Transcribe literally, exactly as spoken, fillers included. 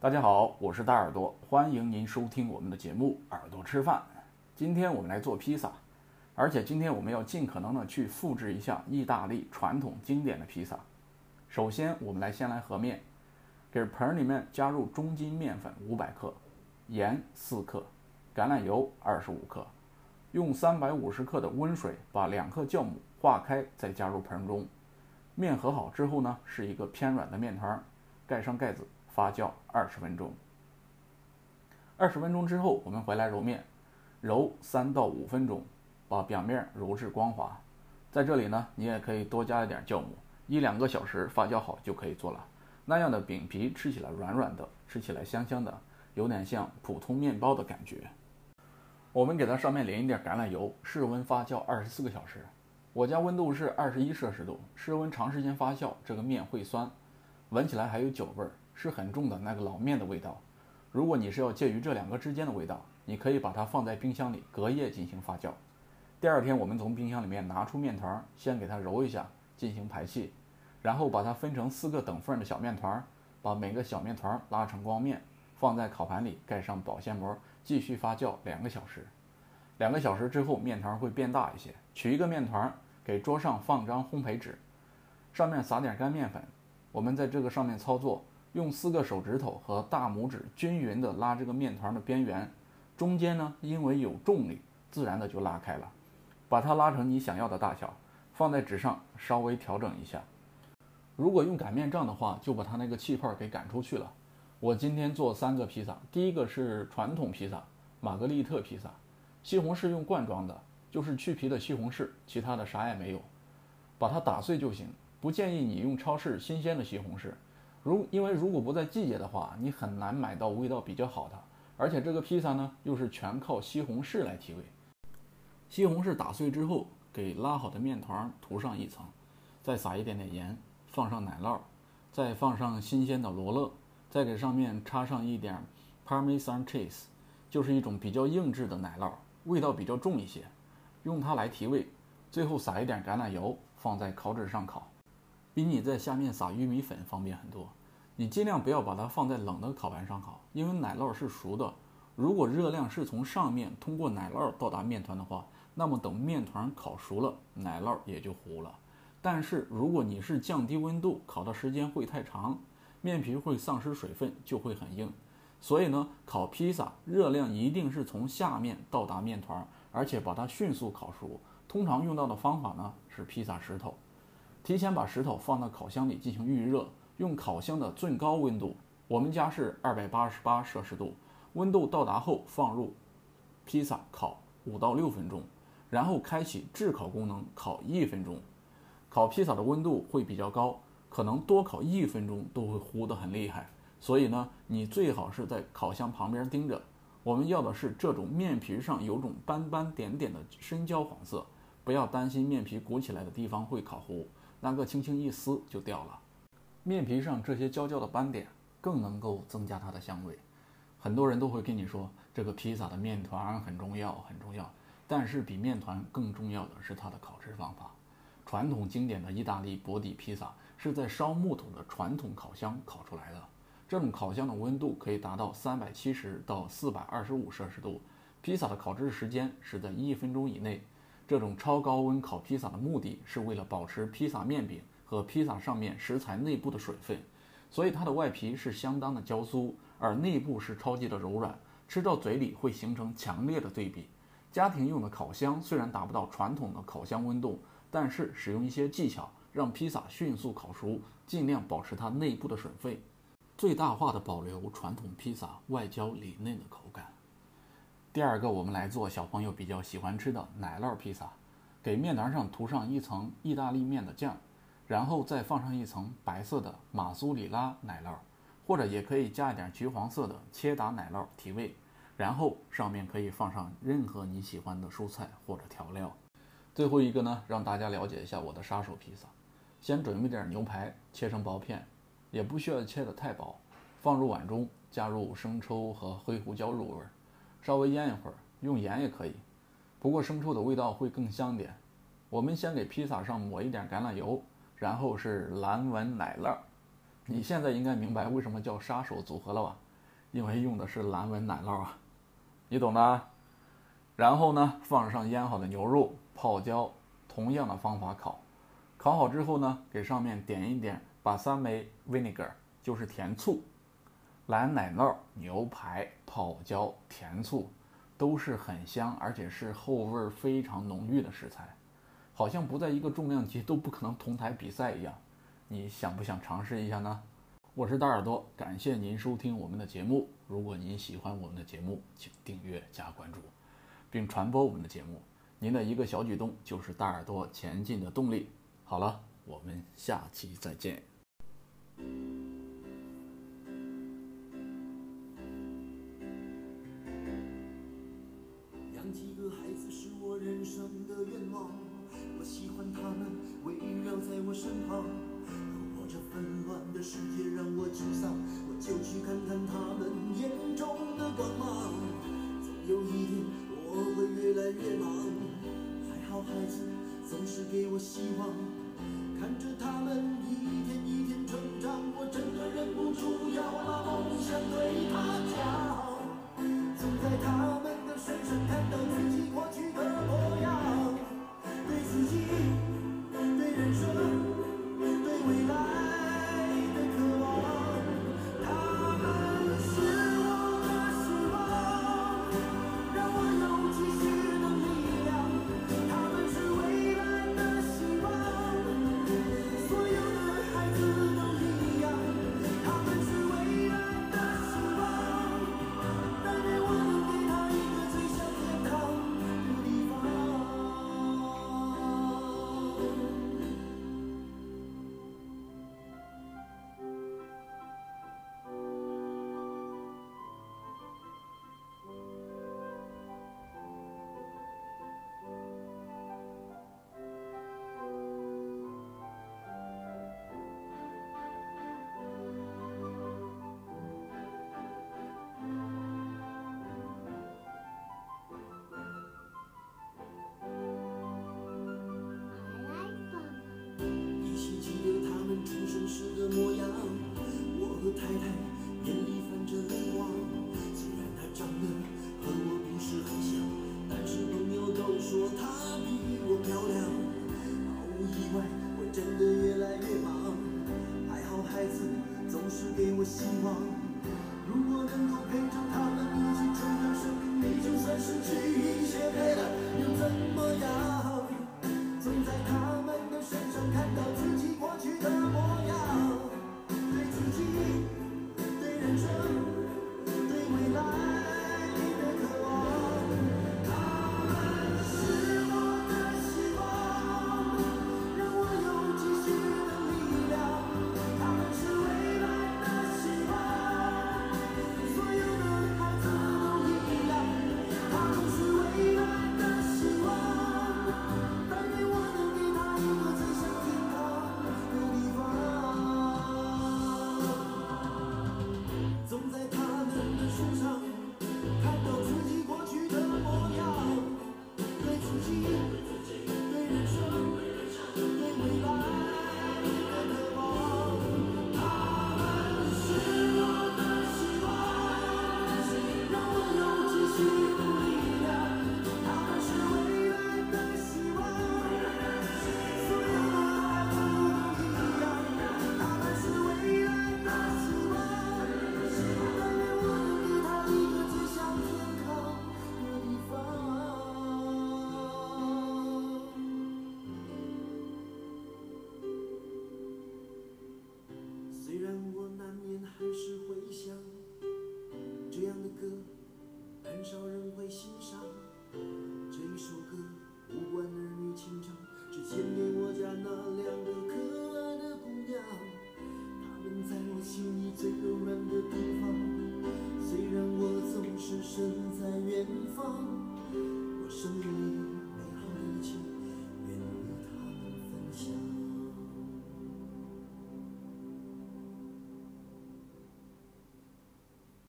大家好，我是大耳朵，欢迎您收听我们的节目《耳朵吃饭》。今天我们来做披萨，而且今天我们要尽可能的去复制一下意大利传统经典的披萨。首先，我们来先来和面，给盆里面加入中筋面粉五百克，盐四克，橄榄油二十五克，用三百五十克的温水把两克酵母化开，再加入盆中。面和好之后呢，是一个偏软的面团，盖上盖子。发酵二十分钟。二十分钟之后，我们回来揉面，揉三到五分钟，把表面揉至光滑。在这里呢，你也可以多加一点酵母，一两个小时发酵好就可以做了。那样的饼皮吃起来软软的，吃起来香香的，有点像普通面包的感觉。我们给它上面淋一点橄榄油，室温发酵二十四个小时。我家温度是二十一摄氏度，室温长时间发酵，这个面会酸，闻起来还有酒味儿。是很重的那个老面的味道。如果你是要介于这两个之间的味道，你可以把它放在冰箱里隔夜进行发酵。第二天我们从冰箱里面拿出面团，先给它揉一下进行排气，然后把它分成四个等份的小面团，把每个小面团拉成光面，放在烤盘里盖上保鲜膜，继续发酵两个小时。两个小时之后面团会变大一些，取一个面团给桌上放张烘焙纸，上面撒点干面粉，我们在这个上面操作，用四个手指头和大拇指均匀地拉这个面团的边缘，中间呢因为有重力，自然的就拉开了。把它拉成你想要的大小，放在纸上稍微调整一下。如果用擀面杖的话，就把它那个气泡给擀出去了。我今天做三个披萨，第一个是传统披萨，玛格丽特披萨，西红柿用罐装的，就是去皮的西红柿，其他的啥也没有，把它打碎就行。不建议你用超市新鲜的西红柿。如因为如果不在季节的话，你很难买到味道比较好的，而且这个披萨呢又是全靠西红柿来提味。西红柿打碎之后，给拉好的面团涂上一层，再撒一点点盐，放上奶酪，再放上新鲜的罗勒，再给上面插上一点 Parmesan cheese， 就是一种比较硬质的奶酪，味道比较重一些，用它来提味。最后撒一点橄榄油，放在烤纸上烤。比你在下面撒玉米粉方便很多。你尽量不要把它放在冷的烤盘上烤，因为奶酪是熟的，如果热量是从上面通过奶酪到达面团的话，那么等面团烤熟了，奶酪也就糊了。但是如果你是降低温度，烤的时间会太长，面皮会丧失水分，就会很硬。所以呢，烤披萨热量一定是从下面到达面团，而且把它迅速烤熟。通常用到的方法呢是披萨石头。提前把石头放到烤箱里进行预热，用烤箱的最高温度，我们家是二百八十八摄氏度，温度到达后放入披萨烤五到六分钟，然后开启炙烤功能烤一分钟。烤披萨的温度会比较高，可能多烤一分钟都会糊得很厉害，所以呢，你最好是在烤箱旁边盯着。我们要的是这种面皮上有种斑斑点点的深焦黄色，不要担心面皮鼓起来的地方会烤糊。那个轻轻一撕就掉了。面皮上这些焦焦的斑点更能够增加它的香味。很多人都会跟你说，这个披萨的面团很重要很重要，但是比面团更重要的是它的烤制方法。传统经典的意大利薄底披萨是在烧木头的传统烤箱烤出来的，这种烤箱的温度可以达到三百七十到四百二十五摄氏度，披萨的烤制时间是在一分钟以内。这种超高温烤披萨的目的是为了保持披萨面饼和披萨上面食材内部的水分，所以它的外皮是相当的焦酥，而内部是超级的柔软，吃到嘴里会形成强烈的对比。家庭用的烤箱虽然达不到传统的烤箱温度，但是使用一些技巧，让披萨迅速烤熟，尽量保持它内部的水分，最大化的保留传统披萨外焦里嫩的口感。第二个，我们来做小朋友比较喜欢吃的奶酪披萨，给面团上涂上一层意大利面的酱，然后再放上一层白色的马苏里拉奶酪，或者也可以加一点橘黄色的切达奶酪提味，然后上面可以放上任何你喜欢的蔬菜或者调料。最后一个呢，让大家了解一下我的杀手披萨。先准备点牛排，切成薄片，也不需要切得太薄，放入碗中，加入生抽和黑胡椒入味，稍微腌一会儿，用盐也可以，不过生抽的味道会更香点。我们先给披萨上抹一点橄榄油，然后是蓝纹奶酪。你现在应该明白为什么叫杀手组合了吧？ 因为用的是蓝纹奶酪啊，你懂的啊。然后呢，放上腌好的牛肉，泡椒，同样的方法烤。烤好之后呢，给上面点一点balsamic vinegar，就是甜醋。蓝奶酪、牛排、泡椒、甜醋，都是很香，而且是后味非常浓郁的食材，好像不在一个重量级都不可能同台比赛一样。你想不想尝试一下呢？我是大耳朵，感谢您收听我们的节目。如果您喜欢我们的节目，请订阅加关注，并传播我们的节目。您的一个小举动就是大耳朵前进的动力。好了，我们下期再见。 养几个孩子是我人生的愿望，我喜欢他们围绕在我身旁。如果这纷乱的世界让我沮丧，我就去看看他们眼中的光芒。总有一天我会越来越忙，还好孩子总是给我希望，看着他们一天一天成长，我真的忍不住要把梦想对他讲。总在他们的身上看到自己过去的模样，对自己，对人生，对未来的渴望。他们是我的希望，让我有继续的力量。他们是未来的希望，所有的孩子都一样。他们是未来的希望，但愿我能给他一个最像天堂的地方。依稀记得他们出生时的模样，我和太太眼里泛着泪光。虽然她长得和我不是很像，但是朋友都说她比我漂亮。毫无意外，我真的越来越忙，还好孩子总是给我希望。如果能够陪着他们一起成长，生命里就算失去一些陪伴又怎么样？总在他们的身上看到自己过去的模样，对自己，对人生，对未来的渴望。他们是我的希望，让我有继续的力量。他们是未来的希望，所有的孩子都一样。他们是未来的希望，但愿我能给他一个最像天堂的地方。总在他们的身上看到自己过去的模样，对自己，对人生，对未来的渴望。他们是我的希望，让我有继续的力量。他们是未来的希望，所有的孩子都一样。他们是未来的希望，但愿我能给他一个最像天堂的地方。虽然我难免还是会想，这样的歌很少人会欣赏。